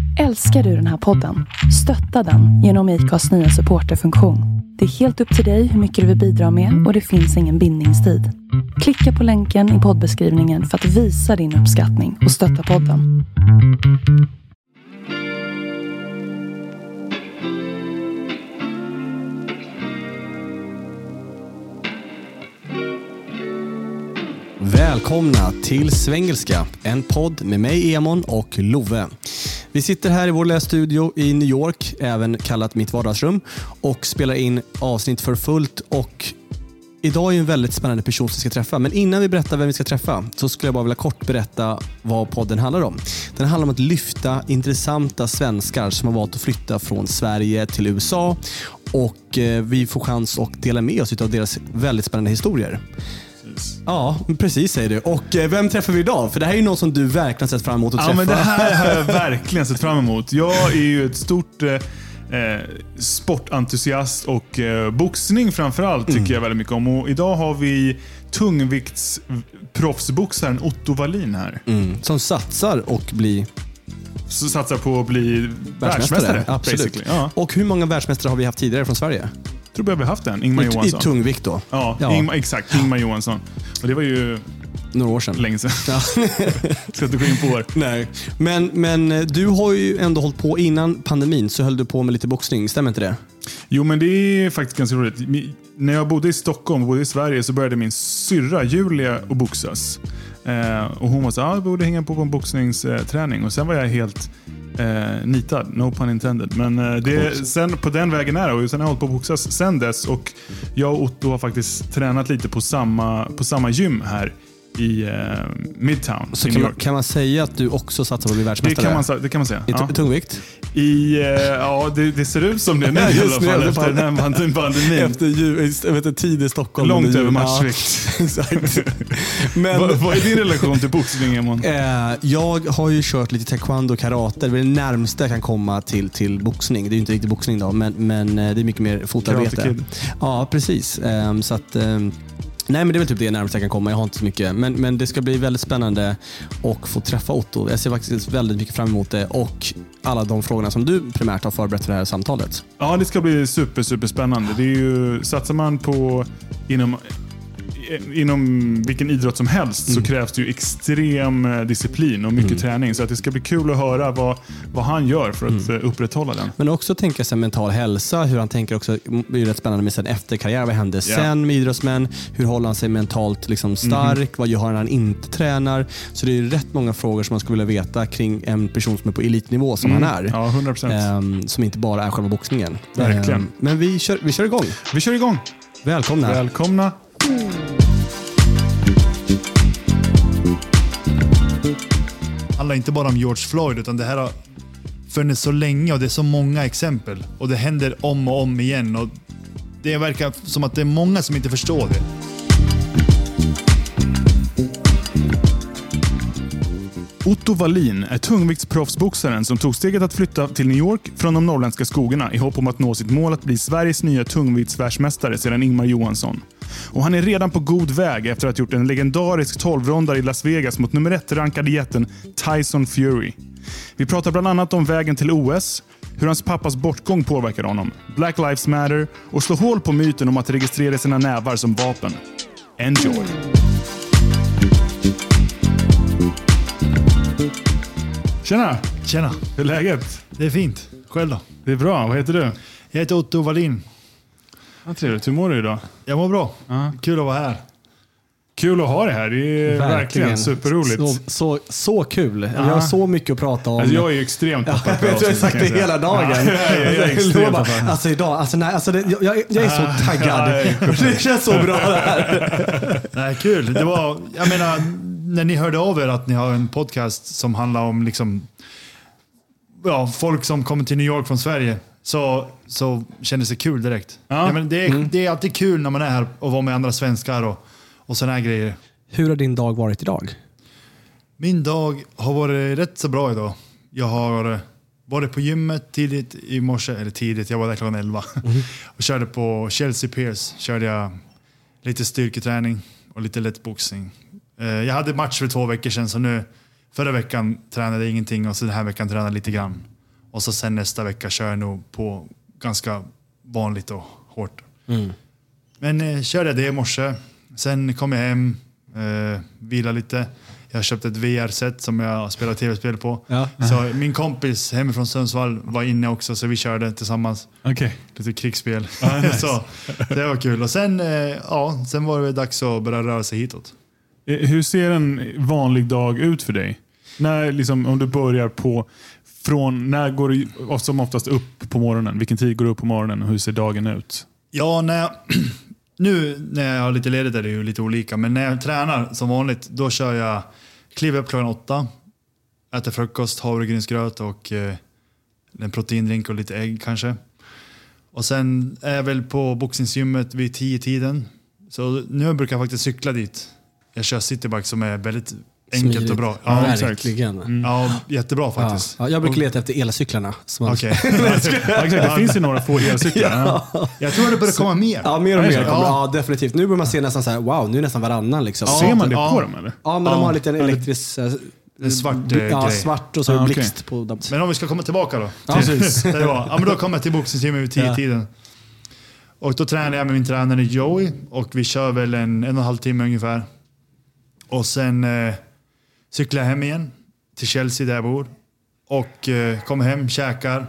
Älskar du den här podden? Stötta den genom IKAs nya supporterfunktion. Det är helt upp till dig hur mycket du vill bidra med och det finns ingen bindningstid. Klicka på länken i poddbeskrivningen för att visa din uppskattning och stötta podden. Välkomna till Svengelska, en podd med mig Emon och Love. Vi sitter här i vår lilla studio i New York, även kallat mitt vardagsrum, och spelar in avsnitt för fullt. Och idag är en väldigt spännande person som vi ska träffa. Men innan vi berättar vem vi ska träffa så skulle jag bara vilja kort berätta vad podden handlar om. Den handlar om att lyfta intressanta svenskar som har valt att flytta från Sverige till USA. Och vi får chans att dela med oss av deras väldigt spännande historier. Ja, precis säger du. Och vem träffar vi idag? För det här är ju någon som du verkligen sett fram emot att träffa. Ja, men det här har jag verkligen sett fram emot. Jag är ju ett stort sportentusiast och boxning framförallt tycker jag väldigt mycket om. Och idag har vi tungviktsproffsboxaren Otto Wallin här. Som satsar på att bli världsmästare. Absolut. Ja. Och hur många världsmästare har vi haft tidigare från Sverige? Jag tror vi har haft en. Ingmar Johansson. I tungvikt då? Ja. Exakt. Ingmar Johansson. Och det var ju några år sedan. Länge sedan. Ja. Ska inte gå in på år. Nej. Men du har ju ändå hållit på innan pandemin, så höll du på med lite boxning. Stämmer inte det? Jo, men det är faktiskt ganska roligt. När jag bodde i Stockholm, bodde i Sverige, så började min syrra Julia att boxas. Och hon var så jag borde hänga på en boxningsträning. Och sen var jag helt nitad, no pun intended. Men sen på den vägen är det. Och sen har jag hållit på att boxas sen dess. Och jag och Otto har faktiskt tränat lite på samma gym här i Midtown. Så i New York. kan man säga att du också satsar på att bli världsmästare? Det kan man säga. I tungvikt? Det ser ut som det nu i alla fall efter den här pandemin. Efter tid i Stockholm. Långt över matchvikt. Exakt. Men vad är din relation till boxning, Emon? Jag har ju kört lite taekwondo och karate. Det är det närmsta jag kan komma till boxning. Det är ju inte riktigt boxning då, men det är mycket mer fotarbete. Ja, precis. Så att... Nej, men det är väl typ det närmast jag kan komma. Jag har inte så mycket. Men det ska bli väldigt spännande att få träffa Otto. Jag ser faktiskt väldigt mycket fram emot det. Och alla de frågorna som du primärt har förberett för det här samtalet. Ja, det ska bli super spännande. Det är ju, satsar man på inom vilken idrott som helst så krävs det ju extrem disciplin och mycket träning. Så att det ska bli kul att höra vad han gör för att upprätthålla den. Men också tänka sig mental hälsa, hur han tänker också, det är rätt spännande med sen efter karriär, vad händer sen med idrottsmän, hur håller han sig mentalt liksom stark, vad gör han när han inte tränar. Så det är rätt många frågor som man skulle vilja veta kring en person som är på elitnivå som han är. Ja, 100%. Som inte bara är själva boxningen. Verkligen. Men vi kör igång. Vi kör igång. Välkomna. Det handlar inte bara om George Floyd, utan det här har funnits så länge och det är så många exempel. Och det händer om och om igen. Och det verkar som att det är många som inte förstår det. Otto Wallin är tungviktsproffsboxaren som tog steget att flytta till New York från de norrländska skogarna i hopp om att nå sitt mål att bli Sveriges nya tungviktsvärldsmästare sedan Ingmar Johansson. Och han är redan på god väg efter att ha gjort en legendarisk 12-rondare i Las Vegas mot nummer 1-rankade jätten Tyson Fury. Vi pratar bland annat om vägen till OS, hur hans pappas bortgång påverkar honom, Black Lives Matter och slå hål på myten om att registrera sina nävar som vapen. Enjoy! Tjena! Hur är läget? Det är fint. Själv då? Det är bra. Vad heter du? Jag heter Otto Wallin. Ja, trevligt. Hur mår du idag? Jag mår bra. Kul att vara här. Kul att ha det här. Det är verkligen superroligt. Så kul. Vi har så mycket att prata om. Alltså, jag är ju extremt tappad på det. Jag har sagt det hela dagen. Jag är extremt tappad. Alltså idag, jag är så taggad. Det känns så bra det här. Nej, kul. Det var, jag menar, när ni hörde av er att ni har en podcast som handlar om liksom, folk som kommer till New York från Sverige, så kändes det kul direkt. Ja. Men det är alltid kul när man är här och vara med andra svenskar och såna här grejer. Hur har din dag varit idag? Min dag har varit rätt så bra idag. Jag har varit på gymmet tidigt i morse, eller tidigt, jag var där klockan 11. Och körde på Chelsea Piers. Körde jag lite styrketräning och lite lättboxning. Jag hade match för 2 veckor sedan, så nu förra veckan tränade jag ingenting och så den här veckan tränade jag lite grann. Och så sen nästa vecka kör jag nog på ganska vanligt och hårt. Men körde det i morse. Sen kom jag hem, vila lite. Jag köpte ett VR-set som jag spelar tv-spel på. Ja. Så min kompis hemifrån Sundsvall var inne också, så vi körde tillsammans. Okay. Lite krigsspel. Nice. Så det var kul. Och sen, sen var det dags att börja röra sig hitåt. Hur ser en vanlig dag ut för dig? När, liksom, om du börjar från när går du som oftast upp på morgonen? Vilken tid går du upp på morgonen och hur ser dagen ut? Ja, nu när jag har lite ledigt är det ju lite olika. Men när jag tränar som vanligt, då kör jag kliver upp klockan 8. Äter frukost, havregrynsgröt och en proteindrink och lite ägg kanske. Och sen är jag väl på boxningsgymmet vid 10-tiden. Så nu brukar jag faktiskt cykla dit. Jag kör citybike som är väldigt enkelt smidigt och bra. Ja, verkligen. Ja, jättebra faktiskt. Ja, jag brukar leta efter elcyklarna. Okej. Det finns ju några få elcyklar. Jag tror att det börjar komma mer. Ja, mer och mer. Ja, definitivt. Nu börjar man se nästan så här, wow, nu är nästan varannan liksom. Ser man det på dem eller? Ja, men de har lite en elektrisk svart grej. Svart och så är det blixt på dem. Men om vi ska komma tillbaka då. Precis. Men då kommer jag till boxningsgymmet vid 10-tiden. Och då tränar jag med min tränare Joey. Och vi kör väl en och en halv timme ungefär. Och sen cyklar jag hem igen till Chelsea där jag bor. Och kommer hem, käkar.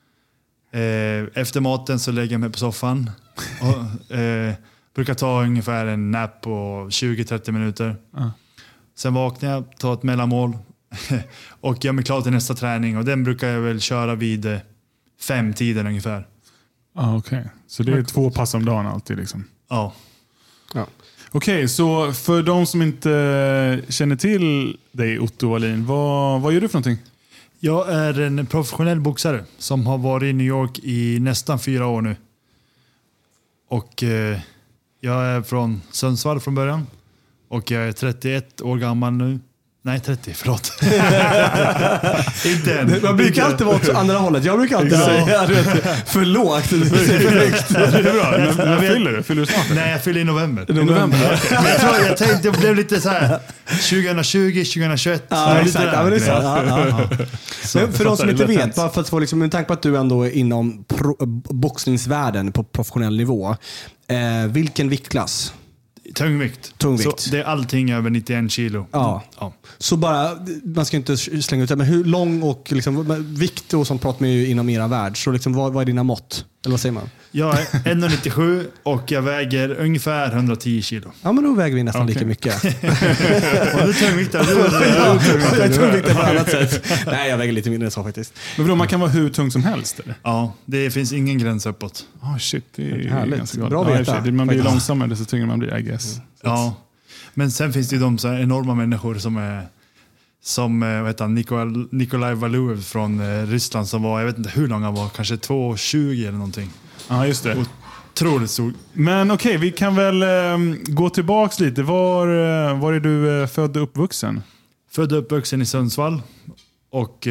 Efter maten så lägger jag mig på soffan. Och, brukar ta ungefär en nap på 20-30 minuter. Sen vaknar jag, tar ett mellanmål. Och gör mig klar till nästa träning. Och den brukar jag väl köra vid 5-tiden ungefär. Okej. Så det är 2 pass om dagen alltid liksom? Ja. Okej, så för de som inte känner till dig, Otto Wallin, vad gör du för någonting? Jag är en professionell boxare som har varit i New York i nästan 4 år nu. Och jag är från Sundsvall från början. Och jag är 31 år gammal nu. Nej, 30, förlåt. Inte än. Man brukar alltid vara åt andra hållet. Jag brukar alltid säga för lågt. Det är bra. När fyller du? Fyller du snart? Nej, jag fyller i november. Men jag tänkte, det blev lite så här 2020, 2021. Ja, exakt. Men för de som inte vet, bara för att få liksom, en tanke på att du ändå är inom boxningsvärlden på professionell nivå. Vilken viktklass? Tungvikt. Så det är allting över 91 kilo. Ja. Så bara, man ska inte slänga ut det, men hur lång och liksom, vikt och sånt pratar man ju inom era värld. Så liksom, vad är dina mått? Eller vad säger man? Jag är 1,97 och jag väger ungefär 110 kilo. Ja, men då väger vi nästan lika mycket. Och du är tungviktare. Jag är tungviktare på annat sätt. Nej, jag väger lite mindre än så faktiskt. Men vadå, man kan vara hur tung som helst? Eller? Ja, det finns ingen gräns uppåt. Shit, det är härligt. Bra att veta. Man blir långsammare desto tyngre man blir, I guess. Ja, men sen finns det ju de så här enorma människor som vad heter han, Nikolaj Valuev från Ryssland som var, jag vet inte hur lång han var, kanske 2,20 eller någonting. Ja, just det. Otroligt stor. Men okej, vi kan väl gå tillbaks lite. Var är du född och uppvuxen? Född och uppvuxen i Sundsvall. Och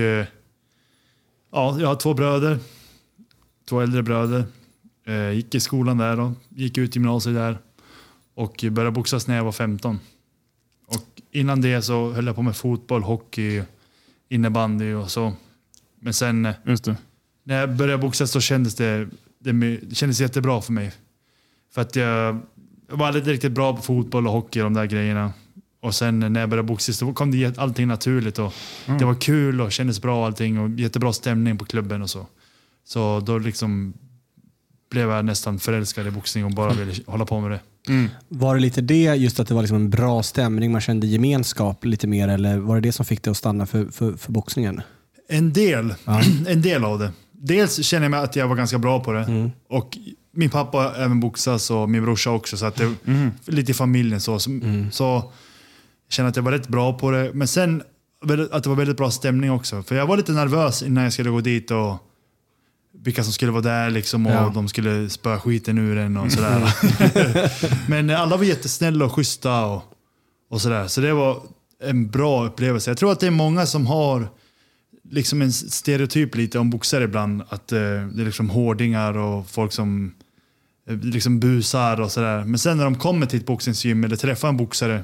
jag har 2 bröder. 2 äldre bröder. Gick i skolan där och gick ut gymnasiet där. Och började boxas när jag var 15. Och innan det så höll jag på med fotboll, hockey, innebandy och så. Men sen när jag började boxas så kändes det kändes jättebra för mig. För att jag var aldrig riktigt bra på fotboll och hockey och de där grejerna. Och sen när jag började boxas så kom det allting naturligt. Och det var kul och kändes bra och allting. Och jättebra stämning på klubben och så. Så då liksom blev jag nästan förälskad i boxning och bara ville hålla på med det. Var det lite det, just att det var liksom en bra stämning, man kände gemenskap lite mer, eller var det som fick dig att stanna för boxningen? En del av det. Dels känner jag mig att jag var ganska bra på det. Och min pappa även boxas och min brorsa också, så att det lite i familjen så jag känner att jag var rätt bra på det. Men sen att det var väldigt bra stämning också. För jag var lite nervös innan jag skulle gå dit och vilka som skulle vara där liksom, och de skulle spöa skiten ur en och sådär. Men alla var jättesnälla och schyssta och sådär. Så det var en bra upplevelse. Jag tror att det är många som har liksom en stereotyp lite om boxare ibland, att det är liksom hårdingar och folk som liksom busar och sådär. Men sen när de kommer till ett boxningsgym eller träffar en boxare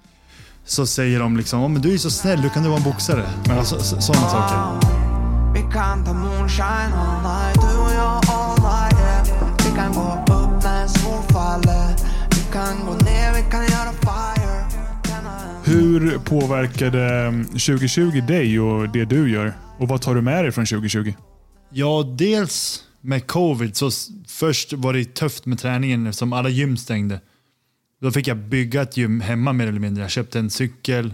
så säger de liksom, men du är så snäll, hur kan du vara en boxare? Sådana saker. kan ta moonshine all night. Du och jag all night, yeah. Vi kan gå upp när en sol faller. Vi kan gå ner, vi kan göra fire. Hur påverkade 2020 dig och det du gör? Och vad tar du med dig från 2020? Ja, dels med covid så först var det tufft med träningen som alla gym stängde. Då fick jag bygga ett gym hemma mer eller mindre. Jag köpte en cykel,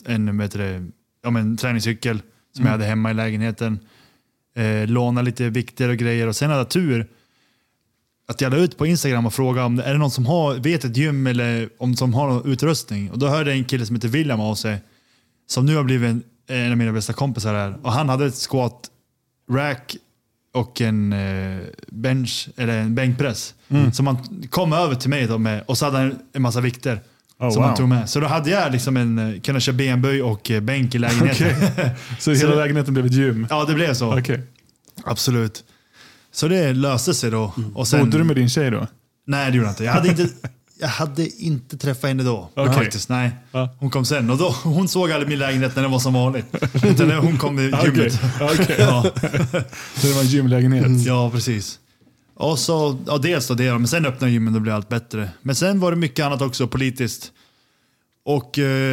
en träningscykel som jag hade hemma i lägenheten. Låna lite vikter och grejer. Och sen hade jag tur att jag la ut på Instagram och frågade om det är det någon som vet ett gym eller om som har någon utrustning. Och då hörde jag en kille som heter William av sig som nu har blivit en av mina bästa kompisar här. Och han hade ett squat rack och en bench eller en bänkpress. Så man kom över till mig då med, och så hade han en massa vikter som man tog med. Så då hade jag liksom kunna köra benböj och bänk i lägenheten. Okay. Så hela lägenheten blev ett gym? Ja, det blev så. Okay. Absolut. Så det löste sig då. Och sen, bodde du med din tjej då? Nej, det gjorde jag inte. Jag hade inte träffat henne då. Faktiskt, nej. Hon kom sen. Och då, hon såg aldrig min lägenhet när det var som vanligt. Utan när hon kom i gymmet. Ja. Så det var en gymlägenhet? Ja, precis. Och så, dels då det. Men sen öppnade gymmen och då blev allt bättre. Men sen var det mycket annat också politiskt. Och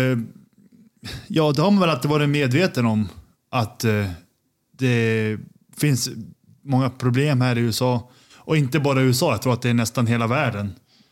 det har man väl alltid varit medveten om. Att det finns många problem här i USA. Och inte bara i USA, jag tror att det är nästan hela världen.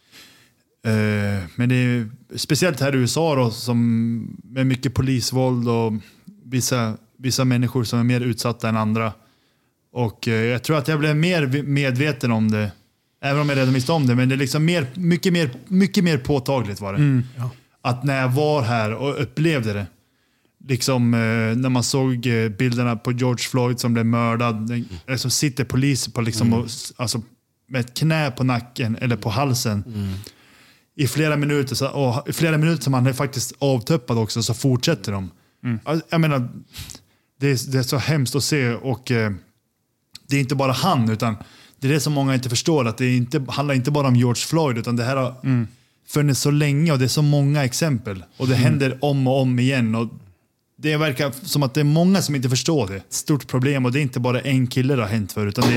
Men det är speciellt här i USA då, som med mycket polisvåld och vissa människor som är mer utsatta än andra. Och jag tror att jag blev mer medveten om det, även om jag redan visste om det, men det är liksom mycket mer påtagligt var det. Att när jag var här och upplevde det, liksom när man såg bilderna på George Floyd som blev mördad, så sitter poliser på liksom alltså med ett knä på nacken eller på halsen i flera minuter, och i flera minuter som han är faktiskt avtöppad också, så fortsätter de. Jag menar, det är så hemskt att se, och det är inte bara han, utan det är det som många inte förstår, att det handlar inte bara om George Floyd, utan det här har funnits så länge, och det är så många exempel, och det händer om och om igen, och det verkar som att det är många som inte förstår det. Ett stort problem, och det är inte bara en kille det har hänt för, utan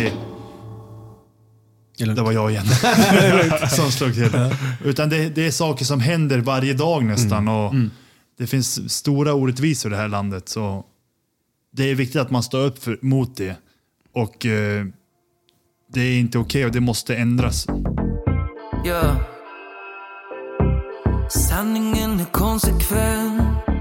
det var jag igen som slog till. Utan det är saker som händer varje dag nästan, och det finns stora orättvisor i det här landet, så det är viktigt att man står upp mot det, och det är inte okej, och det måste ändras. Sanningen är konsekvent,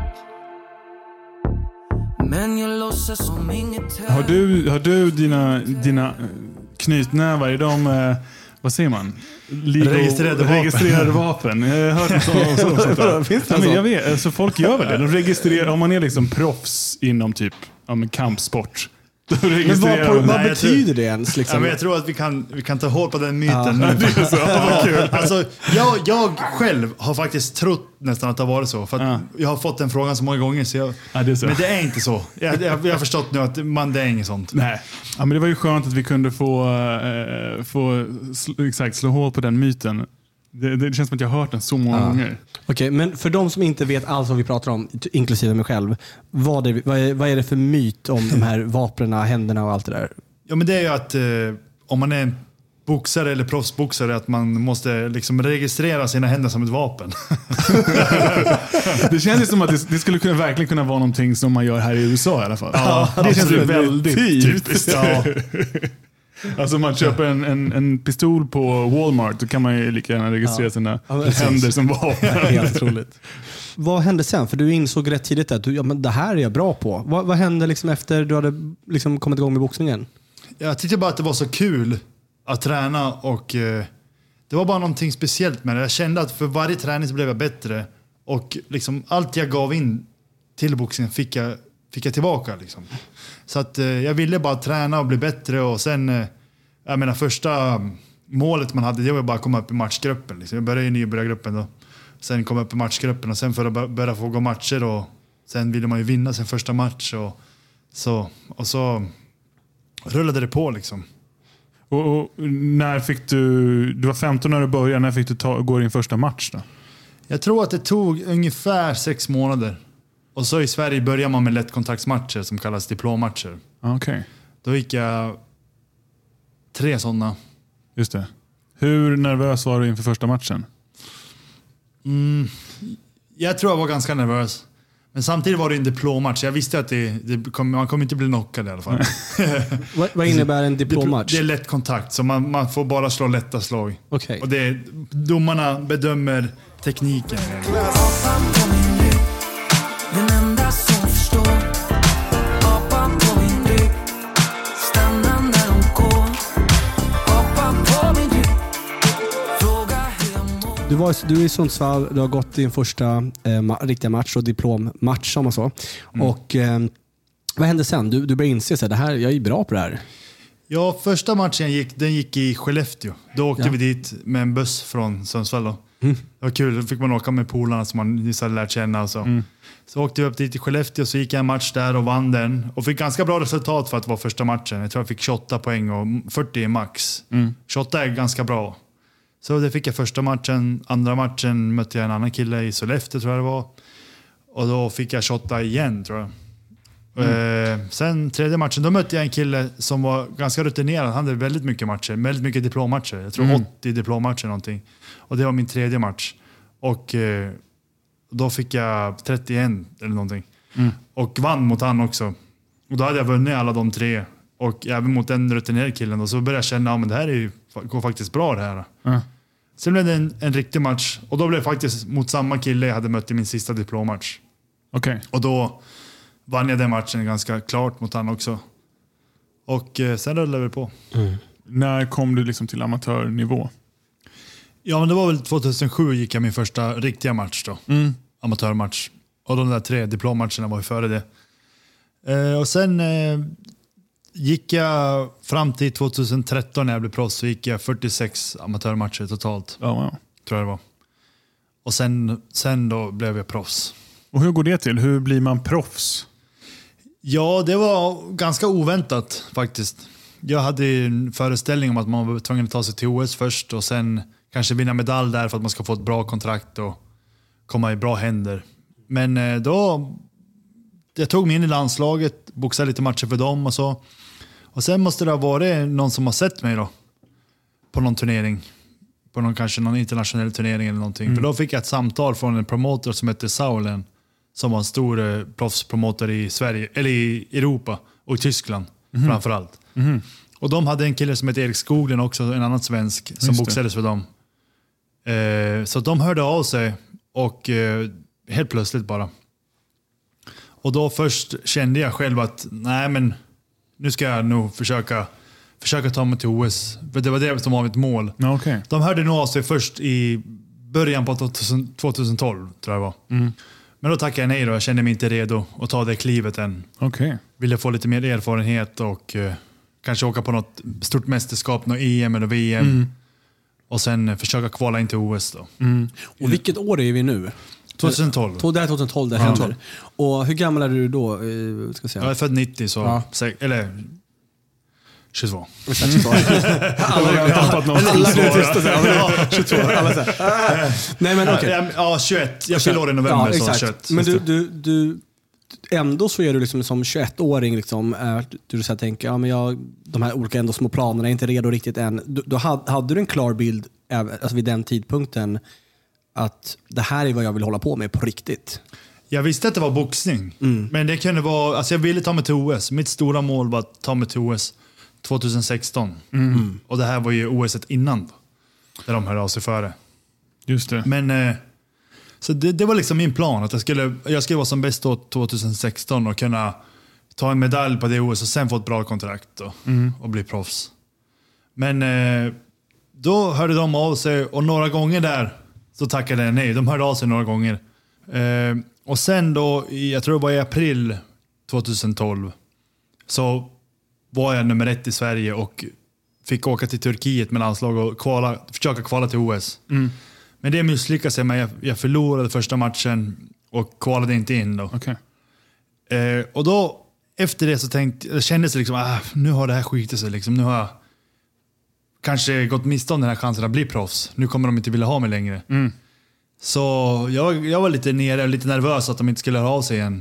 men jag låtsas som inget. Har du dina knytnävar i de, vad säger man? Registrerade vapen. Jag har hört något sånt. Jag vet, alltså folk gör väl det. De registrerar, om man är liksom proffs inom typ kampsport. Men vad betyder det ens? Liksom? Ja, men jag tror att vi kan ta håll på den myten. Ja. Det är så. Ja, kul. Alltså, jag själv har faktiskt trott nästan att det har varit så. För att jag har fått den frågan så många gånger. Så det är så. Men det är inte så. Jag har förstått nu att det är inget sånt. Nej. Ja, men det var ju skönt att vi kunde få slå hål på den myten. Det känns som att jag har hört den så många gånger. Okej, men för de som inte vet alls vad vi pratar om, inklusive mig själv, vad är det för myt om de här vapnena, händerna och allt det där? Ja, men det är ju att om man är en boxare eller proffsboxare, att man måste liksom registrera sina händer som ett vapen. Det känns som att det skulle verkligen kunna vara någonting som man gör här i USA i alla fall. Ja, det känns väldigt typiskt. Ja. Alltså om man köper en pistol på Walmart, då kan man ju lika gärna registrera sina händer som vapen. Helt otroligt. Vad hände sen? För du insåg rätt tidigt att men det här är jag bra på. Vad hände liksom efter du hade liksom kommit igång med boxningen? Jag tyckte bara att det var så kul att träna, och det var bara någonting speciellt med det. Jag kände att för varje träning så blev jag bättre, och liksom allt jag gav in till boxningen fick jag tillbaka liksom. Så att jag ville bara träna och bli bättre, och sen jag menar, första målet man hade, det var bara att komma upp i matchgruppen liksom. Jag började i nybörjargruppen då. Sen kom upp i matchgruppen, och sen för att börja få gå matcher, och sen ville man ju vinna sin första match, och så rullade det på liksom. Och när fick du var 15 när du började, när fick du gå din första match då? Jag tror att det tog ungefär 6 månader. Och så i Sverige börjar man med lättkontaktsmatcher som kallas diplommatcher. Okay. Då gick jag 3 sådana. Just det. Hur nervös var du inför första matchen? Jag tror jag var ganska nervös. Men samtidigt var det en diplommatch. Jag visste att man kommer inte bli knockad i alla fall. Vad innebär en diplommatch? Det är lätt kontakt, så man får bara slå lätta slag. Okej. Och domarna bedömer tekniken. Apan på min rygg, den enda som förstår. Apan på min rygg, stanna när de går. Apan på min rygg, fråga hur jag mår. Du är i Sundsvall, du har gått din första riktiga match och diplommatch som man så. Och vad hände sen? Du började inse så här, jag är bra på det här. Ja, första matchen den gick i Skellefteå. Då åkte vi dit med en buss från Sundsvall då. Det var kul, då fick man åka med polarna som man nyss hade lärt känna och så. Så åkte vi upp dit till Skellefteå, så gick jag en match där och vann den. Och fick ganska bra resultat för att vara första matchen. Jag tror jag fick 28 poäng och 40 max. 28 är ganska bra. Så det fick jag första matchen. Andra matchen mötte jag en annan kille i Sollefteå tror jag det var. Och då fick jag 28 igen tror jag. Sen tredje matchen, då mötte jag en kille som var ganska rutinerad. Han hade väldigt mycket matcher, väldigt mycket diplommatcher. Jag tror 80 diplommatcher någonting. Och det var min tredje match. Och då fick jag 31 eller någonting. Och vann mot han också. Och då hade jag vunnit alla de 3. Och även mot den rutinerade killen. Och så började jag känna att det här går faktiskt bra det här. Sen blev det en riktig match. Och då blev det faktiskt mot samma kille jag hade mött i min sista diplommatch. Okej. Och då vann jag den matchen ganska klart mot han också. Och sen rullade vi på. När kom du liksom till amatörnivå? Ja, men det var väl 2007 gick jag min första riktiga match då. Amatörmatch. Och de där 3 diplommatcherna var ju före det. Och sen gick jag fram till 2013 när jag blev proffs, så gick jag 46 amatörmatcher totalt. Wow. Tror jag det var. Och sen då blev jag proffs. Och hur går det till? Hur blir man proffs? Ja, det var ganska oväntat faktiskt. Jag hade en föreställning om att man var tvungen att ta sig till OS först och sen kanske vinna medalj där för att man ska få ett bra kontrakt och komma i bra händer. Men då jag tog mig in i landslaget, boxade lite matcher för dem och så. Och sen måste det ha varit någon som har sett mig då på någon turnering. På kanske någon internationell turnering eller någonting. För då fick jag ett samtal från en promotor som heter Saulen, som var en stor proffspromotor i Sverige, eller i Europa och i Tyskland framförallt. Och de hade en kille som heter Erik Skoglund också, en annan svensk som boxades för dem. Så de hörde av sig och helt plötsligt bara. Och då först kände jag själv att nej, men nu ska jag nog försöka ta mig till OS. För det var det som var mitt mål. Okay. De hörde nog av sig först i början på 2012 tror jag var. Men då tackade jag nej då. Jag kände mig inte redo att ta det klivet än. Okay. Ville få lite mer erfarenhet och kanske åka på något stort mästerskap, något EM eller VM. Och sen försöka kvala in till OS då. Och vilket år är vi nu? 2012. Det är 2012 det händer. Och hur gammal är du då? Ska säga? Jag är född 90 så... Eller... 22. Alla blev tysta. 22. Nej men okej. Ja, 21. Jag fyller år i november så 21. Men du ändå så är du liksom som 21-åring liksom, du så här tänker, ja men de här olika ändå små planerna är inte redo riktigt än. Då hade du en klar bild alltså vid den tidpunkten att det här är vad jag vill hålla på med på riktigt? Jag visste att det var boxning. Men det kunde vara, alltså jag ville ta mig till OS. Mitt stora mål var att ta mig till OS 2016. Och det här var ju OS innan då, där de hörde av sig före. Just det. Men så det var liksom min plan att jag skulle vara som bäst då 2016 och kunna ta en medalj på det OS och sen få ett bra kontrakt då, och bli proffs. Men då hörde de av sig och några gånger där så tackade jag nej. De hörde av sig några gånger. Och sen då, jag tror det var i april 2012, så var jag nummer 1 i Sverige och fick åka till Turkiet med landslag och försöka kvala till OS. Men det misslyckades jag med. Jag förlorade första matchen och kvalade inte in då. Okay. Och då efter det så kändes det liksom nu har det här skitit sig liksom. Nu har jag kanske gått miste om den här chansen att bli proffs. Nu kommer de inte vilja ha mig längre. Så jag var lite nere och lite nervös att de inte skulle höra av sig igen.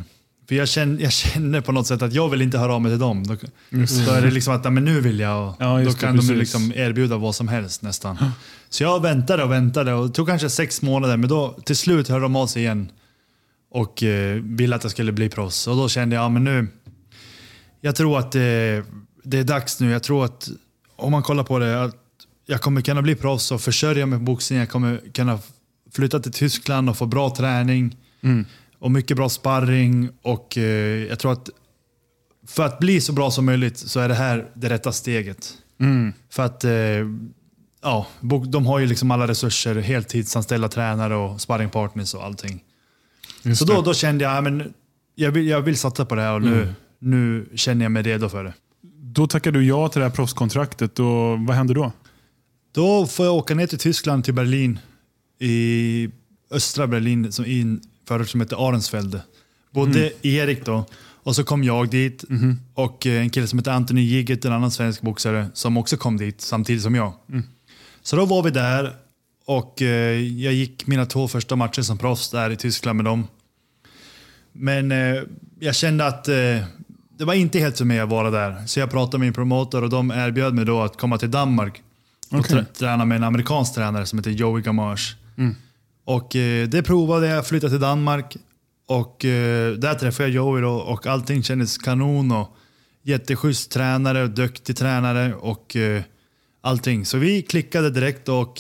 För jag känner på något sätt att jag vill inte höra av mig till dem. Då är det liksom att men nu vill jag. Och då kan de liksom erbjuda vad som helst nästan. Så jag väntade och det tog kanske 6 månader. Men då till slut hörde de av sig igen. Och ville att jag skulle bli proffs. Och då kände jag, men nu... Jag tror att det är dags nu. Jag tror att om man kollar på det, att jag kommer kunna bli proffs och försörja mig på boxning. Jag kommer kunna flytta till Tyskland och få bra träning. Och mycket bra sparring. Och jag tror att för att bli så bra som möjligt så är det här det rätta steget. För att de har ju liksom alla resurser, heltidsanställda tränare och sparringpartners och allting. Så då kände jag, men jag vill satsa på det här och nu känner jag mig redo för det. Då tackar du ja till det här proffskontraktet och vad händer då? Då får jag åka ner till Tyskland, till Berlin. I östra Berlin, i en förort som heter Arensfelde. Både Erik då, och så kom jag dit. Och en kille som heter Anthony Giget, en annan svensk boxare, som också kom dit samtidigt som jag. Så då var vi där och jag gick mina 2 första matcher som proffs där i Tyskland med dem. Men jag kände att det var inte helt för mig att vara där. Så jag pratade med min promotor och de erbjöd mig då att komma till Danmark och träna med en amerikansk tränare som heter Joey Gamage. Och det provade jag, flyttade till Danmark och där träffade jag Joey då, och allting kändes kanon och jätteschysst tränare och duktig tränare och allting. Så vi klickade direkt och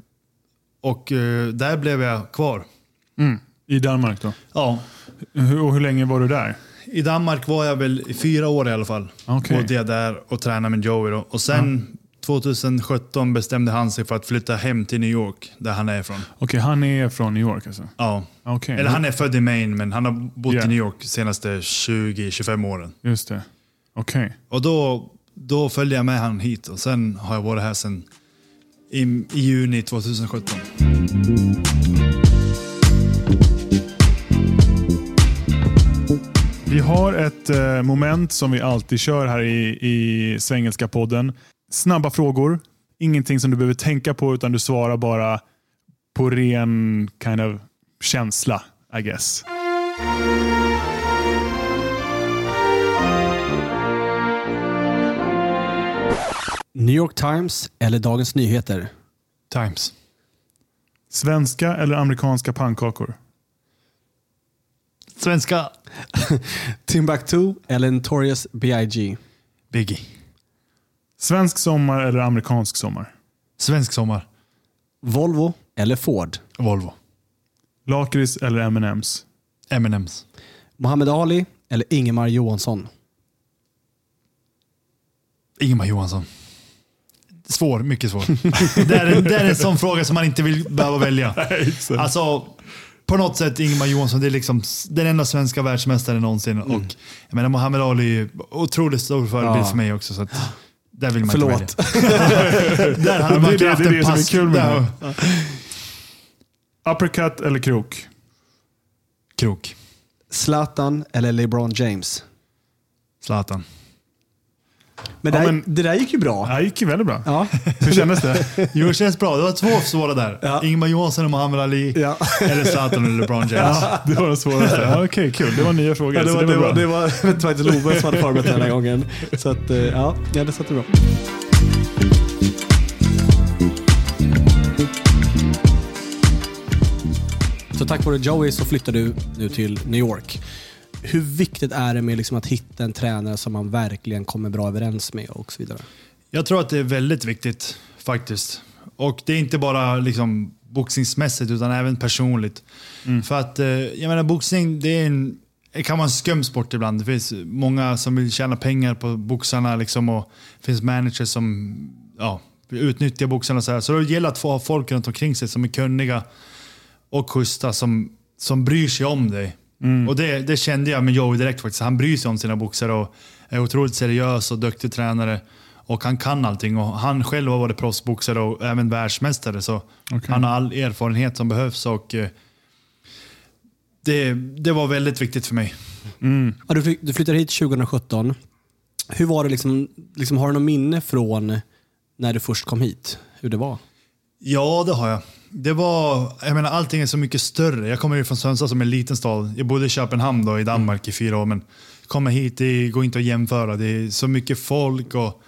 där blev jag kvar. I Danmark då? Ja. Och hur länge var du där? I Danmark var jag väl i 4 år i alla fall. Bodde jag där och tränade med Joey då. Och sen 2017 bestämde han sig för att flytta hem till New York, där han är ifrån. Okej, han är från New York alltså? Ja. Eller han är född i Maine, men han har bott i New York de senaste 20-25 åren. Just det. Okej. Och då följde jag med han hit och sen har jag varit här sen i juni 2017. Vi har ett moment som vi alltid kör här i Svengelska podden. Snabba frågor. Ingenting som du behöver tänka på, utan du svarar bara på ren kind of känsla, I guess. New York Times eller Dagens Nyheter? Times. Svenska eller amerikanska pannkakor? Svenska. Timbuktu eller Notorious B.I.G? Biggie. Svensk sommar eller amerikansk sommar? Svensk sommar. Volvo eller Ford? Volvo. Lakrits eller M&M's? M&M's. Muhammad Ali eller Ingemar Johansson? Ingemar Johansson. Svår, mycket svår. det är en sån fråga som man inte vill behöva välja. Alltså, på något sätt Ingemar Johansson, det är liksom den enda svenska världsmästaren någonsin. Och jag menar, Muhammad Ali är otroligt stor förebild för mig också, så att där vill man inte välja. Där hade man inte haft en pass. Kul med uppercut eller krok? Krok. Zlatan eller LeBron James? Zlatan. Men det där gick ju bra. Det gick ju väldigt bra. Ja. Hur kändes det? Jo, det känns bra. Det var 2 svåra där. Ja. Ingemar Johansson och Muhammad Ali. Ja. Eller Zlatan eller LeBron James. Ja, det var det svåraste. Ja, okej, kul. Det var nya frågor. Ja, det var faktiskt Love som hade format den här gången. Så att, ja, det satt bra. Så tack vare Joey så flyttar du nu till New York. Hur viktigt är det med liksom att hitta en tränare som man verkligen kommer bra överens med och så vidare? Jag tror att det är väldigt viktigt faktiskt. Och det är inte bara liksom boxningsmässigt utan även personligt. För att jag menar, boxning, det kan vara en skum sport ibland. Det finns många som vill tjäna pengar på boxarna liksom, och det finns managers som utnyttjar boxarna så här. Så det gäller att få ha folk runt omkring sig som är kunniga och schyssta, som bryr sig om dig. Och det kände jag med Joey direkt faktiskt. Han bryr sig om sina boxare och är otroligt seriös och duktig tränare. Och han kan allting. Och han själv har varit proffsboxare och även världsmästare. Så han har all erfarenhet som behövs. Och det var väldigt viktigt för mig. Ja, du flyttade hit 2017. Hur var det liksom, har du något minne från när du först kom hit? Hur det var? Ja, det har jag. Det var, jag menar, allting är så mycket större. Jag kommer ju från Sundsvall som är en liten stad. Jag bodde i Köpenhamn då, i Danmark i 4 år, men kommer hit, det går inte att jämföra. Det är så mycket folk och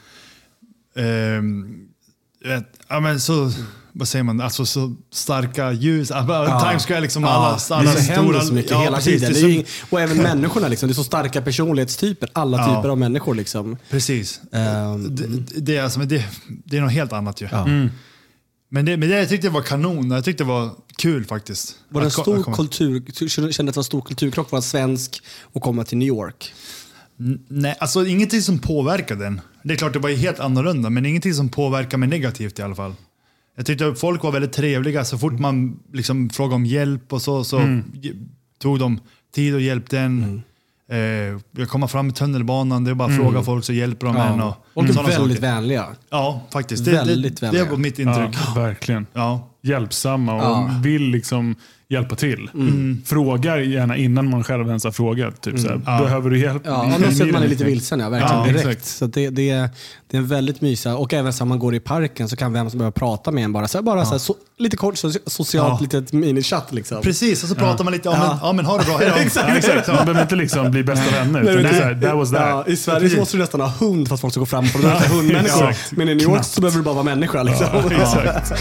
så, vad säger man, alltså så starka ljus. Times Square liksom, alla det händer så mycket hela precis, tiden. det är Och även människorna liksom, det är så starka personlighetstyper, alla typer av människor liksom. Precis. Det är något helt annat ju. Men det jag tyckte var kanon. Jag tyckte det var kul faktiskt. Var det en stor kultur, kände att det var en stor kulturkrock för en svensk och komma till New York? Nej, alltså ingenting som påverkade den. Det är klart det var helt annorlunda, men ingenting som påverkade mig negativt i alla fall. Jag tyckte att folk var väldigt trevliga. Så fort man liksom frågade om hjälp och så tog de tid och hjälpte en. Jag kommer fram i tunnelbanan, det är bara att fråga folk så hjälper de en. Och väldigt vänliga. Ja, faktiskt. Väldigt vänliga. Det var mitt intryck. Ja, verkligen. Ja. Hjälpsamma och vill liksom hjälpa till. Frågar gärna innan man själv ens har frågat. Typ såhär, behöver du hjälp? Ja, annars är man lite vilsen, verkligen direkt. Exakt. Så det är en väldigt mysiga. Och även så man går i parken så kan vem som börja prata med en bara så lite kort socialt, litet minichatt liksom. Precis, och så pratar man lite om men har det bra, hej då. Exakt. Man behöver inte liksom bli bästa vänner. Utan det är såhär, that was that. Ja, i Sverige så måste du nästan ha hund för att folk ska gå fram på det. Hundmänniskor. Men i New York så behöver du bara vara människa liksom. Exakt.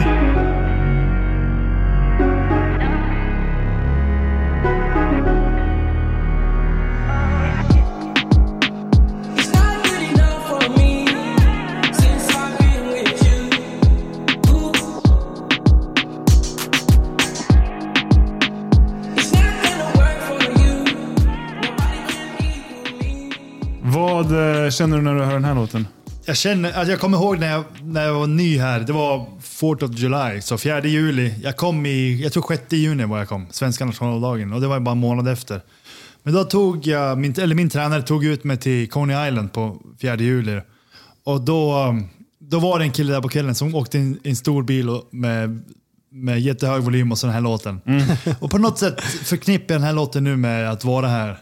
Vad känner du när du hör den här låten? Jag kommer ihåg när jag var ny här. Det var 4th of July, så 4 juli. Jag kom jag tror 6 juni var jag kom. Svenska nationaldagen. Och det var bara en månad efter. Men då tog jag, min tränare tog ut mig till Coney Island på 4 juli. Och då var det en kille där på kvällen som åkte i en stor bil med jättehög volym och så den här låten. Och på något sätt förknippar jag den här låten nu med att vara här.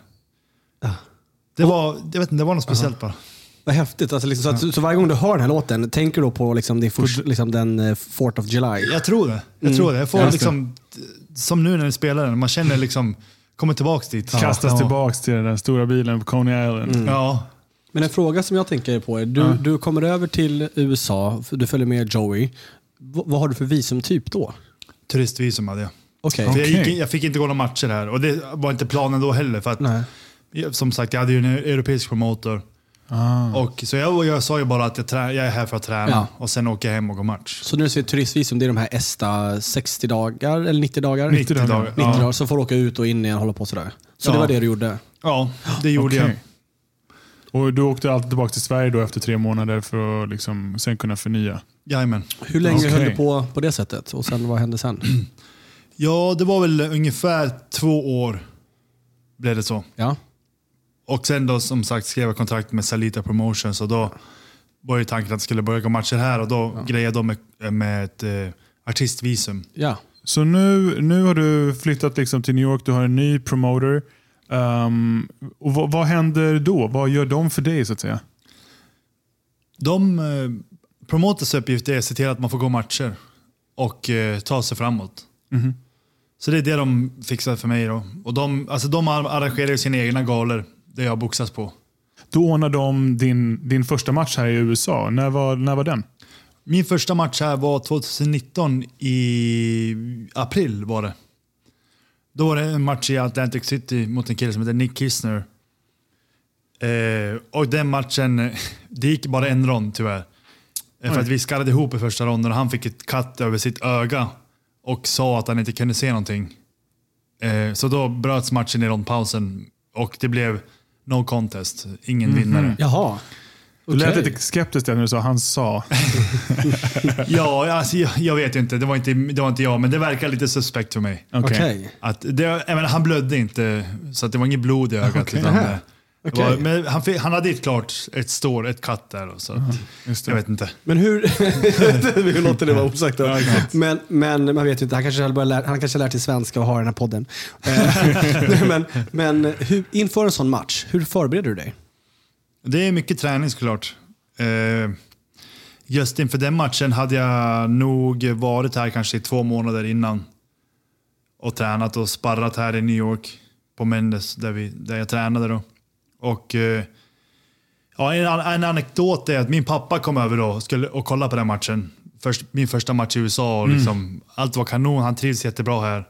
Det var något speciellt bara. Vad häftigt. Alltså, liksom, så varje gång du hör den här låten, tänker du på liksom, den 4th of July? Jag tror det. Jag får liksom, som nu när vi spelar den, man känner liksom, kommer tillbaks dit. Kastas tillbaks till den stora bilen på Coney Island. Ja. Men en fråga som jag tänker på är, du kommer över till USA, du följer med Joey. Vad har du för visumtyp då? Turistvisum hade jag. Okay. Jag fick inte gå några matcher här. Och det var inte planen då heller. För att, som sagt, jag hade ju en europeisk promotor. Och så jag sa ju bara att jag är här för att träna och sen åker jag hem och går match. Så när du säger turistvisum, det är de här ESTA 60 dagar eller 90 dagar? 90 dagar. 90 dagar, så får du åka ut och in igen och hålla på sådär. Så det var det du gjorde? Ja, det gjorde jag. Och du åkte alltid tillbaka till Sverige då efter 3 månader för att liksom sen kunna förnya? Jajamän. Hur länge höll du på det sättet? Och sen vad hände sen? Ja, det var väl ungefär 2 år blev det så. Ja. Och sen då som sagt skrev jag kontrakt med Salita Promotions och då var ju tanken att jag skulle börja gå matcher här och då grejade de med ett artistvisum. Ja. Så nu har du flyttat liksom till New York, du har en ny promoter. Och vad händer då? Vad gör de för dig så att säga? Promoters uppgift är att se till att man får gå matcher och ta sig framåt. Mm-hmm. Så det är det de fixar för mig då. Och de arrangerar ju sina egna galor där jag boxas på. Då ordnar de din första match här i USA. När var den? Min första match här var 2019 i april var det. Då var det en match i Atlantic City mot en kille som heter Nick Kistner. Och den matchen, det gick bara en rond tyvärr. För att vi skallade ihop i första ronden och han fick ett katt över sitt öga och sa att han inte kunde se någonting. Så då bröts matchen i rondpausen och det blev no contest. Ingen vinnare. Jaha. Du lät lite skeptisk när du sa han sa. Ja, alltså, jag vet inte. Det var inte jag, men det verkar lite suspekt för mig. Okej. Att han blödde inte, så att det var inget blod i ögat. Okay. Utan men han hade ett katt där. Så att, jag vet inte. Men hur låter det vara osagt? Men man vet ju inte. Han kanske lärt sig svenska och har den här podden. men inför en sån match, hur förbereder du dig? Det är mycket träning såklart. just inför den matchen hade jag nog varit här kanske i 2 månader innan. Och tränat och sparrat här i New York på Mendes där jag tränade då. Och ja, en anekdot är att min pappa kom över då och kolla på den matchen. Min första match i USA och liksom, allt var kanon. Han trivs jättebra här.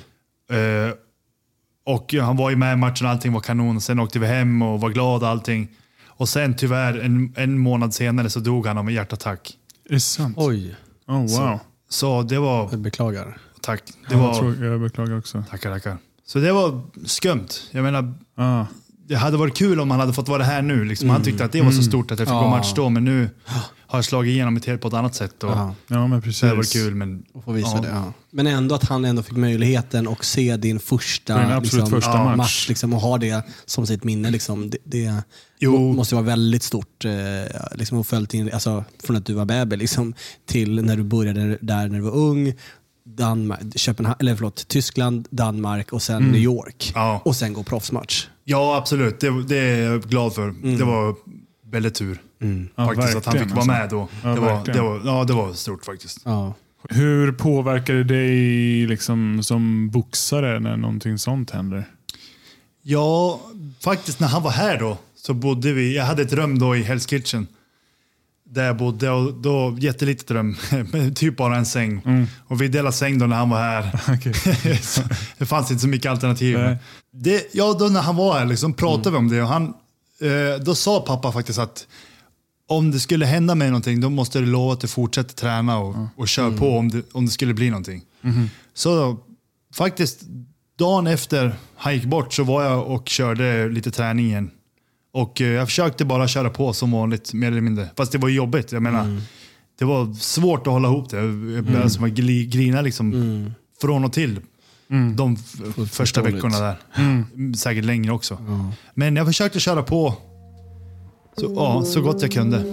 Och han var ju med i matchen och allting var kanon. Sen åkte vi hem och var glad och allting. Och sen tyvärr en månad senare så dog han av en hjärtattack. Är det sant? Oj. Oh, wow. Så det var... Jag beklagar. Tack. Jag beklagar också. Tackar. Så det var skumt. Jag menar, det hade varit kul om han hade fått vara här nu. Liksom. Han tyckte att det var så stort att jag fick gå match då. Men nu har jag slagit igenom ett helt på ett annat sätt. Och ja, men precis. det var kul. Men, få visa det, ja. Men ändå att han ändå fick möjligheten att se din första, första match liksom, och ha det som sitt minne. Liksom. Det måste vara väldigt stort liksom, och följt in, alltså, från att du var bebis liksom, till när du började där när du var ung. Tyskland, Danmark och sen New York. Ja. Och sen gå proffsmatch. Ja, absolut. Det är jag glad för. Det var väldigt tur. Faktiskt att han fick vara med då. Det var stort faktiskt. Ja. Hur påverkar det dig liksom, som boxare när någonting sånt händer? Ja, faktiskt när han var här då så bodde vi. Jag hade ett rum då i Hell's Kitchen. Där jag bodde och då jättelitet rum. Typ bara en säng. Och vi delade säng då när han var här. Okay. Det fanns inte så mycket alternativ. Då när han var här liksom, pratade vi om det. Och då sa pappa faktiskt att om det skulle hända mig någonting då måste du lova att du fortsätter träna och kör på om det skulle bli någonting. Så faktiskt dagen efter han gick bort så var jag och körde lite träning igen. Och jag försökte bara köra på som vanligt, mer eller mindre. Fast det var jobbigt. Jag menar, det var svårt att hålla ihop det. Jag började grina liksom från och till de första veckorna där. Säkert längre också. Men jag försökte köra på så gott jag kunde.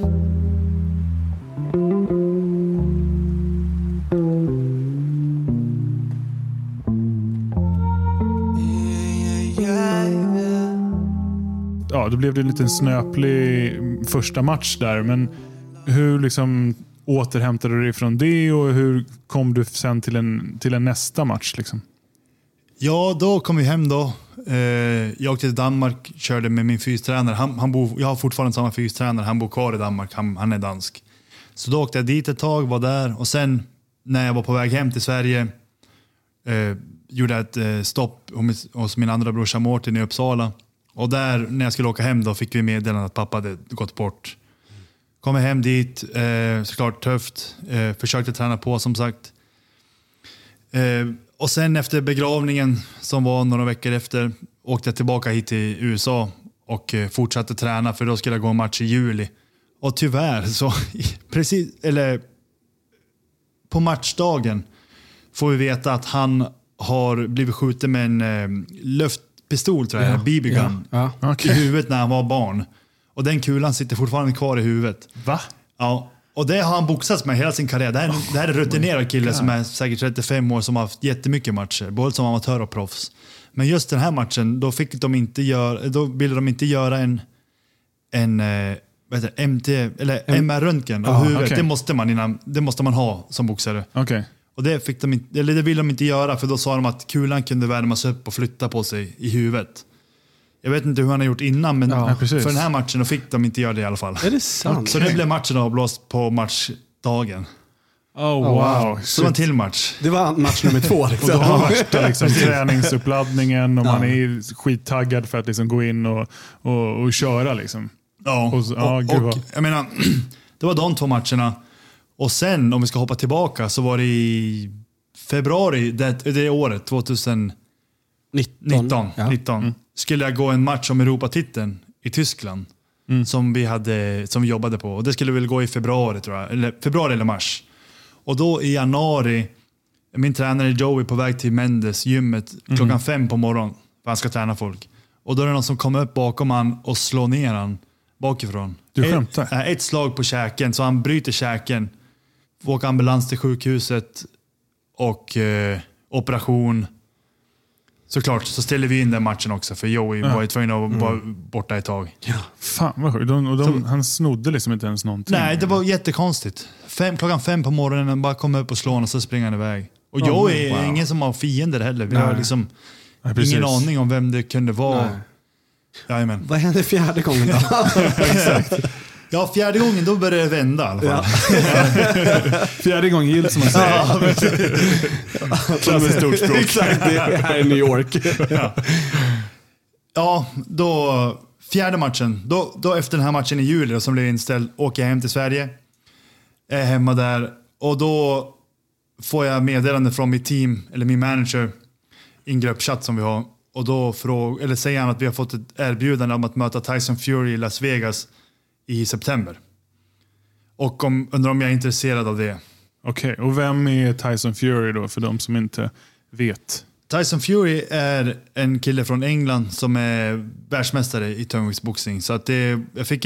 Ja, då blev det en liten snöplig första match där. Men hur liksom återhämtade du dig från det och hur kom du sen till en nästa match liksom? Ja, då kom vi hem då. Jag åkte till Danmark, körde med min fystränare. Jag har fortfarande samma fystränare, han bor kvar i Danmark, han är dansk. Så då åkte jag dit ett tag, var där. Och sen när jag var på väg hem till Sverige gjorde jag ett stopp hos min andra brorsa Mårten i Uppsala. Och där, när jag skulle åka hem då, fick vi meddelande att pappa hade gått bort. Kom jag hem dit, såklart tufft. Försökte träna på som sagt. Och sen efter begravningen som var några veckor efter åkte jag tillbaka hit till USA och fortsatte träna för då skulle jag gå en match i juli. Och tyvärr så på matchdagen får vi veta att han har blivit skjuten med en luftpistol, tror jag, BB-gun i huvudet när han var barn. Och den kulan sitter fortfarande kvar i huvudet. Va? Ja. Och det har han boxats med hela sin karriär. Det här är en rutinerad kille som är säkert 35 år som har haft jättemycket matcher. Både som amatör och proffs. Men just den här matchen, då ville de inte göra en MR-röntgen av huvudet. Okay. Det måste man ha som boxare. Okay. Och det ville de inte göra, för då sa de att kulan kunde värmas upp och flytta på sig i huvudet. Jag vet inte hur han har gjort innan, men för den här matchen då fick de inte göra det i alla fall. Är det sant? Så det blev matchen avblåst på matchdagen. Oh, wow. Så det var en till match. Det var match nummer 2. Liksom. Och då har värsta liksom, träningsuppladdningen och man är skittaggad för att liksom, gå in och köra. Liksom. Och jag menar, det var de 2 matcherna. Och sen, om vi ska hoppa tillbaka, så var det i februari det året, 2019. 19. Skulle jag gå en match om Europatiteln i Tyskland som vi jobbade på. Och det skulle väl gå i februari, tror jag. Eller februari eller mars. Och då i januari, min tränare Joey på väg till Mendes gymmet klockan 5 på morgonen. För han ska träna folk. Och då är det någon som kommer upp bakom han och slår ner han bakifrån. Du skämtar? Ett slag på käken, så han bryter käken. Får åka ambulans till sjukhuset och operation. såklart så ställde vi in den matchen också. För Joey var ju tvungen att vara borta ett tag. Fan vad sjukt. Han snodde liksom inte ens någonting. Nej, det var jättekonstigt. 5:00 på morgonen bara kommer upp och slår och så springer han iväg. Och Joey är ingen som har fiender heller. Vi har liksom ingen aning om vem det kunde vara. Jajamän. Vad hände fjärde gången då? Exakt. Ja, fjärde gången då började det vända i alla fall. Fjärde gången gillt som man säger. Klassiskt stort språk. Exakt, det är här i New York. Ja, då fjärde matchen. Då efter den här matchen i juli som blev inställd åker jag hem till Sverige. Är hemma där och då får jag meddelande från mitt team eller min manager i en gruppchatt som vi har. Och då säger han att vi har fått ett erbjudande om att möta Tyson Fury i Las Vegas i september. Och undrar om jag är intresserad av det. Okej, och vem är Tyson Fury då för de som inte vet? Tyson Fury är en kille från England som är världsmästare i tungviktsboxning. Så att jag fick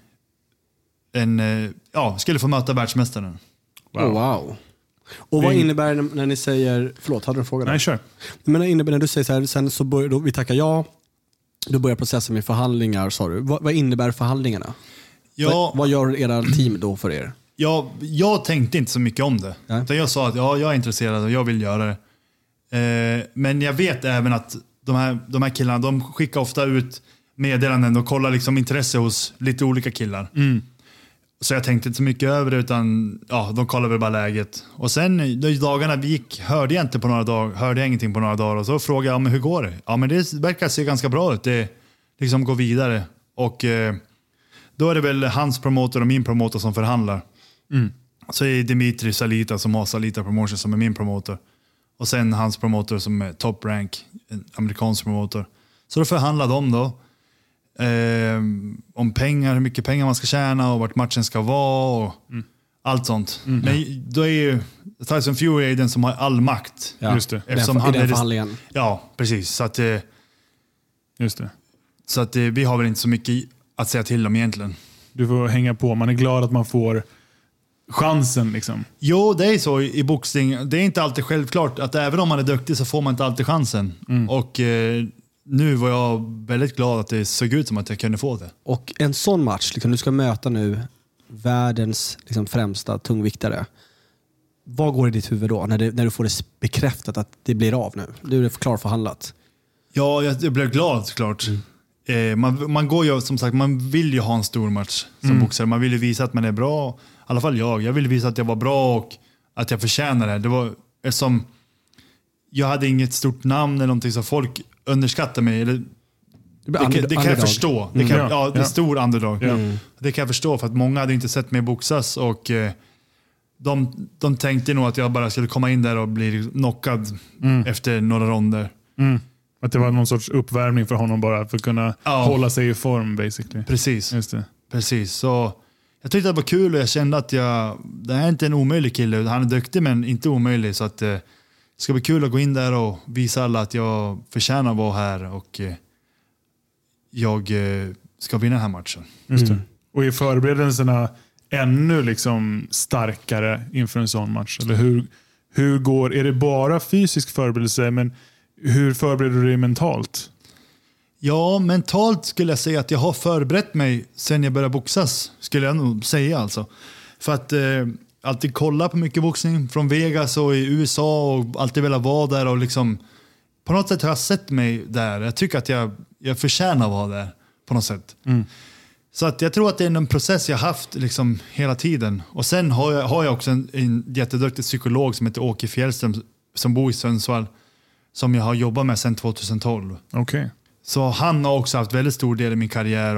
skulle få möta världsmästaren. Wow. Och vad innebär det när ni säger... Förlåt, hade du en fråga där? Nej, kör. Men vad innebär när du säger så här, sen så börjar vi tackar ja, då börjar processen med förhandlingar, sa du. Vad innebär förhandlingarna? Ja, vad gör era team då för er? Jag tänkte inte så mycket om det. Utan jag sa att jag är intresserad och jag vill göra det. Men jag vet även att de här killarna, de skickar ofta ut meddelanden och kollar liksom intresse hos lite olika killar. Så jag tänkte inte så mycket över det utan de kollar väl bara läget. Och sen de dagarna vi gick hörde jag ingenting på några dagar och så frågade jag men hur går det? Ja men det verkar se ganska bra ut. Det liksom går vidare och då är det väl hans promotor och min promotor som förhandlar. Så är Dimitri Salita som har Salita Promotion som är min promotor. Och sen hans promotor som är Top Rank, en amerikansk promotor. Så då förhandlar de då. Om pengar, hur mycket pengar man ska tjäna och vart matchen ska vara och allt sånt. Men då är ju Tyson Fury är den som har all makt. Ja. Just det. Eftersom han är förhandlingen. Ja, precis. Så att, Just det. Så att vi har väl inte så mycket att säga till om egentligen. Du får hänga på. Man är glad att man får chansen liksom. Jo, det är så i boxning. Det är inte alltid självklart att även om man är duktig så får man inte alltid chansen. Och nu var jag väldigt glad att det såg ut som att jag kunde få det. Och en sån match, liksom, du ska möta nu världens liksom, främsta tungviktare. Vad går i ditt huvud då när du får det bekräftat att det blir av nu? Du är klar förhandlat. Ja, jag blev glad såklart. Man går ju som sagt, man vill ju ha en stor match som boxare. Man vill ju visa att man är bra. I alla fall jag vill visa att jag var bra och att jag förtjänar det. Det var som jag hade inget stort namn eller någonting så folk underskattar mig eller det kan jag förstå. Det är stor underdog. Det kan jag förstå för att många hade inte sett mig boxas och de tänkte nog att jag bara skulle komma in där och bli knockad efter några ronder. Att det var någon sorts uppvärmning för honom bara för att kunna hålla sig i form basically. Precis. Just det. Precis. Så jag tyckte det var kul och jag kände att det här är inte en omöjlig kille. Han är duktig men inte omöjlig så att det ska bli kul att gå in där och visa alla att jag förtjänar att vara här och jag ska vinna den här matchen. Just det. Och är förberedelserna ännu liksom starkare inför en sån match? Eller hur går, är det bara fysisk förberedelse men hur förbereder du dig mentalt? Ja, mentalt skulle jag säga att jag har förberett mig sen jag började boxas, skulle jag nog säga alltså. För att alltid kolla på mycket boxning från Vegas och i USA och alltid vilja vara där och liksom på något sätt har jag sett mig där. Jag tycker att jag förtjänar att vara där på något sätt. Så att jag tror att det är en process jag haft liksom hela tiden. Och sen har jag också en jätteduktig psykolog som heter Åke Fjällström som bor i Sundsvall som jag har jobbat med sedan 2012. Okay. Så han har också haft väldigt stor del i min karriär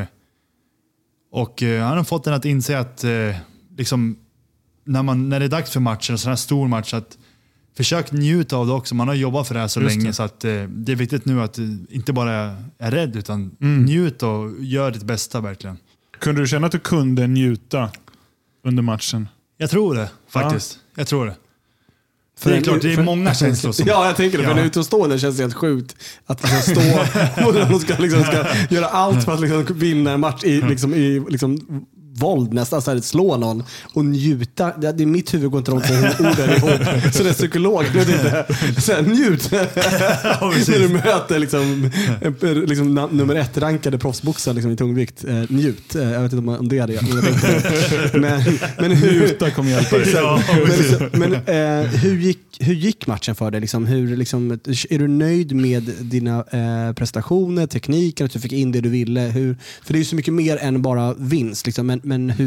och han har fått en att inse att liksom, när det är dags för matcher, en sån här stor match, att försök njuta av det också. Man har jobbat för det här så länge så att det är viktigt nu att inte bara är rädd utan njut och gör ditt bästa verkligen. Kunde du känna att du kunde njuta under matchen? Jag tror det faktiskt. Ja. Jag tror det. För det är klart, det är många känslor som... Ja, jag tänker det. För en utomstående känns det helt sjukt att liksom stå och de ska göra allt för att liksom vinna en match i våld nästan, så här, slå någon och njuta. Det är mitt huvud går inte runt på orden ihop. Så det är psykolog. Så här, njut. När du möter liksom nummer 1 rankade proffsboxare liksom, i tungvikt. Njut. Jag vet inte om det är det. Men Njuta kommer hjälpa dig. Men hur gick matchen för dig? Liksom, är du nöjd med dina prestationer, tekniken, att du fick in det du ville? För det är ju så mycket mer än bara vinst. Liksom. Men hur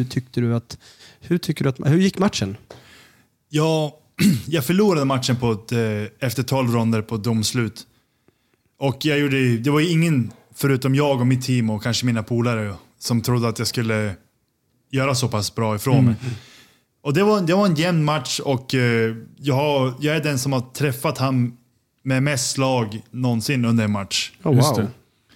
gick matchen? Jag förlorade matchen efter 12 ronder på domslut. Och det var ju ingen förutom jag och mitt team och kanske mina polare som trodde att jag skulle göra så pass bra ifrån mig. Och det var en jämn match och jag är den som har träffat han med mest slag någonsin under en match. Oh, wow.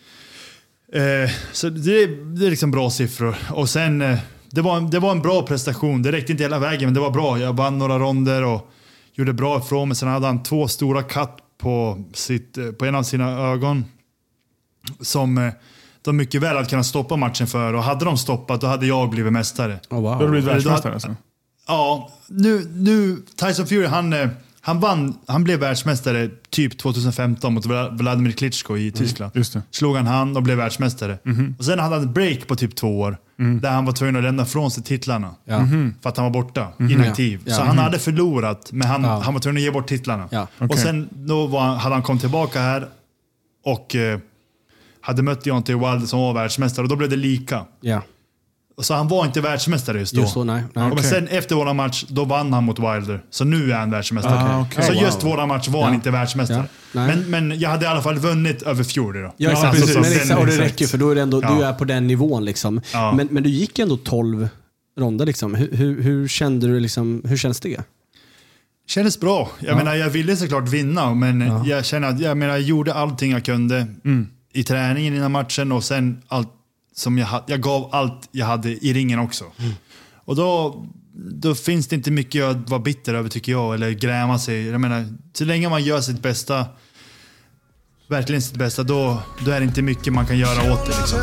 Så det är liksom bra siffror. Och sen det var en bra prestation. Det räckte inte hela vägen, men det var bra. Jag vann några ronder och gjorde bra ifrån mig. Sen hade han 2 stora cut på en av sina ögon som de mycket väl hade kunnat stoppa matchen för. Och hade de stoppat, då hade jag blivit mästare. Oh, wow. Då hade du blivit världsmästare alltså? Ja, nu Tyson Fury han vann, han blev världsmästare typ 2015 mot Vladimir Klitschko i Tyskland. Just det. Slog han och blev världsmästare. Och sen hade han ett break på typ 2 år där han var tvungen att lämna från sig titlarna för att han var borta, inaktiv. Så han hade förlorat, men han var tvungen att ge bort titlarna. Ja. Och sen hade han kommit tillbaka här och hade mött Deontay Wilder som var världsmästare och då blev det lika. Ja. Så han var inte världsmästare just då. Just så, nej. Men sen efter våran match, då vann han mot Wilder. Så nu är han världsmästare. Så just våran match var han inte världsmästare. Ja. Men jag hade i alla fall vunnit över Fury då. Ja, exakt. Alltså, Och det räcker för då är det ändå, du är på den nivån liksom. Ja. Men du gick ändå 12 ronder liksom. Hur kände du liksom, hur känns det? Kändes bra. Jag menar, jag ville såklart vinna, men jag känner att jag gjorde allting jag kunde i träningen innan matchen och sen allt som jag gav allt jag hade i ringen också. Och då finns det inte mycket att vara bitter över, tycker jag, eller gräma sig. Jag menar, så länge man gör sitt bästa, verkligen sitt bästa, då är det inte mycket man kan göra åt det liksom.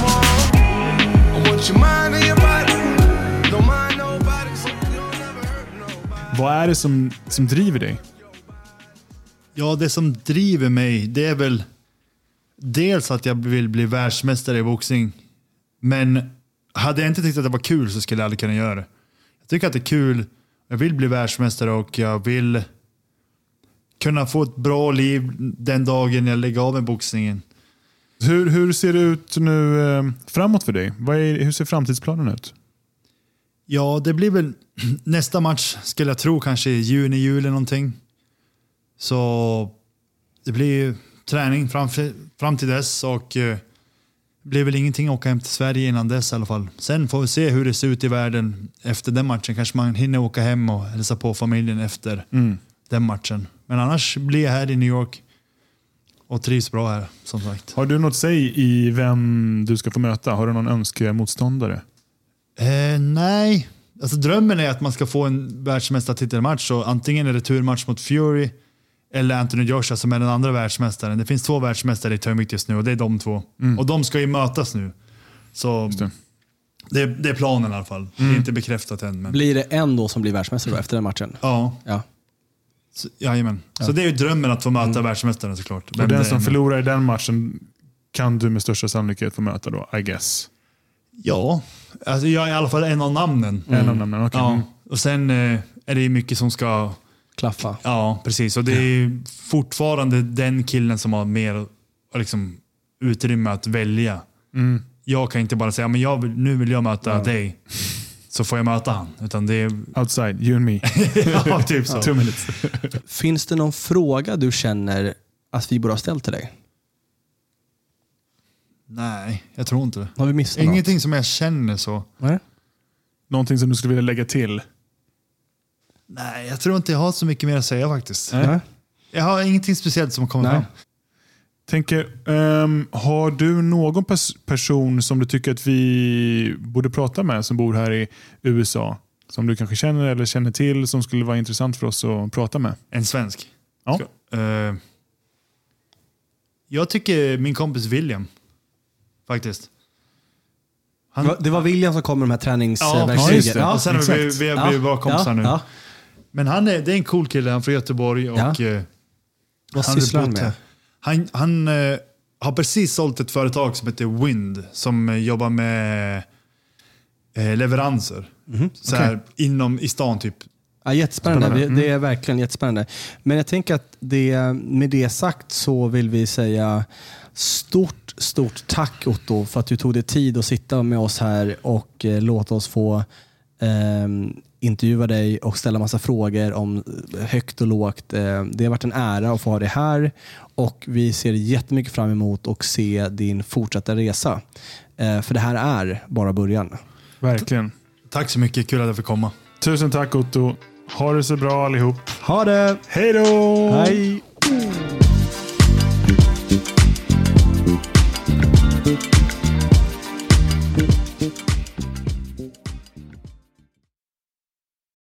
Vad är det som driver dig? Ja, det som driver mig, det är väl dels att jag vill bli världsmästare i boxning. Men hade jag inte tyckt att det var kul så skulle jag aldrig kunna göra det. Jag tycker att det är kul. Jag vill bli världsmästare och jag vill kunna få ett bra liv den dagen jag lägger av med boxningen. Hur ser det ut nu framåt för dig? Hur ser framtidsplanen ut? Ja, det blir väl nästa match skulle jag tro kanske i juni, juli någonting. Så det blir träning fram till dess och det blir väl ingenting att åka hem till Sverige innan dess i alla fall. Sen får vi se hur det ser ut i världen efter den matchen. Kanske man hinner åka hem och hälsa på familjen efter den matchen. Men annars blir jag här i New York och trivs bra här, som sagt. Har du något säg i vem du ska få möta? Har du någon önskemotståndare? Nej. Alltså drömmen är att man ska få en världsmästartitelmatch. Så antingen en returmatch mot Fury eller Anthony Joshua som är den andra världsmästaren. Det finns 2 världsmästare i tungvikt just nu och det är de 2. Och de ska ju mötas nu. Så det är planen i alla fall. Det är inte bekräftat än. Men... Blir det en då som blir världsmästare då efter den matchen? Ja. Jajamän. Så det är ju drömmen att få möta världsmästaren såklart. Och den som förlorar i den matchen kan du med största sannolikhet få möta då, I guess. Ja, alltså jag är i alla fall en av namnen. En av namnen, okej. Ja. Och sen är det mycket som ska klaffa. Ja, precis. Och det är fortfarande den killen som har mer liksom, utrymme att välja. Jag kan inte bara säga, men nu vill jag möta dig. Så får jag möta han. Utan det är... Outside, you and me. Ja, typ så. 2 minutes. Finns det någon fråga du känner att vi borde ha ställt till dig? Nej, jag tror inte det. Har vi missat ingenting något? Som jag känner så. Nej. Någonting som du skulle vilja lägga till? Nej, jag tror inte jag har så mycket mer att säga faktiskt. Nej. Jag har ingenting speciellt som kommer fram. Tänker, har du någon person som du tycker att vi borde prata med som bor här i USA? Som du kanske känner eller känner till som skulle vara intressant för oss att prata med? En svensk? Ja. Jag tycker min kompis William faktiskt. Det var William som kom med de här Ja, träningsverktygen. det. Och sen har vi blivit bara kompisar nu. Ja. Men det är en cool kille, han är från Göteborg. Och, Vad han sysslar han med? Han har precis sålt ett företag som heter Wind som jobbar med leveranser. Så här, i stan typ. Ja, jättespännande. Det är verkligen jättespännande. Men jag tänker att med det sagt så vill vi säga stort tack Otto för att du tog dig tid att sitta med oss här och låta oss få intervjua dig och ställa massa frågor om högt och lågt. Det har varit en ära att få ha dig här och vi ser jättemycket fram emot att se din fortsatta resa. För det här är bara början. Verkligen. Tack så mycket, kul att jag fick komma. Tusen tack Otto. Ha det så bra allihop. Ha det! Hej då! Hej!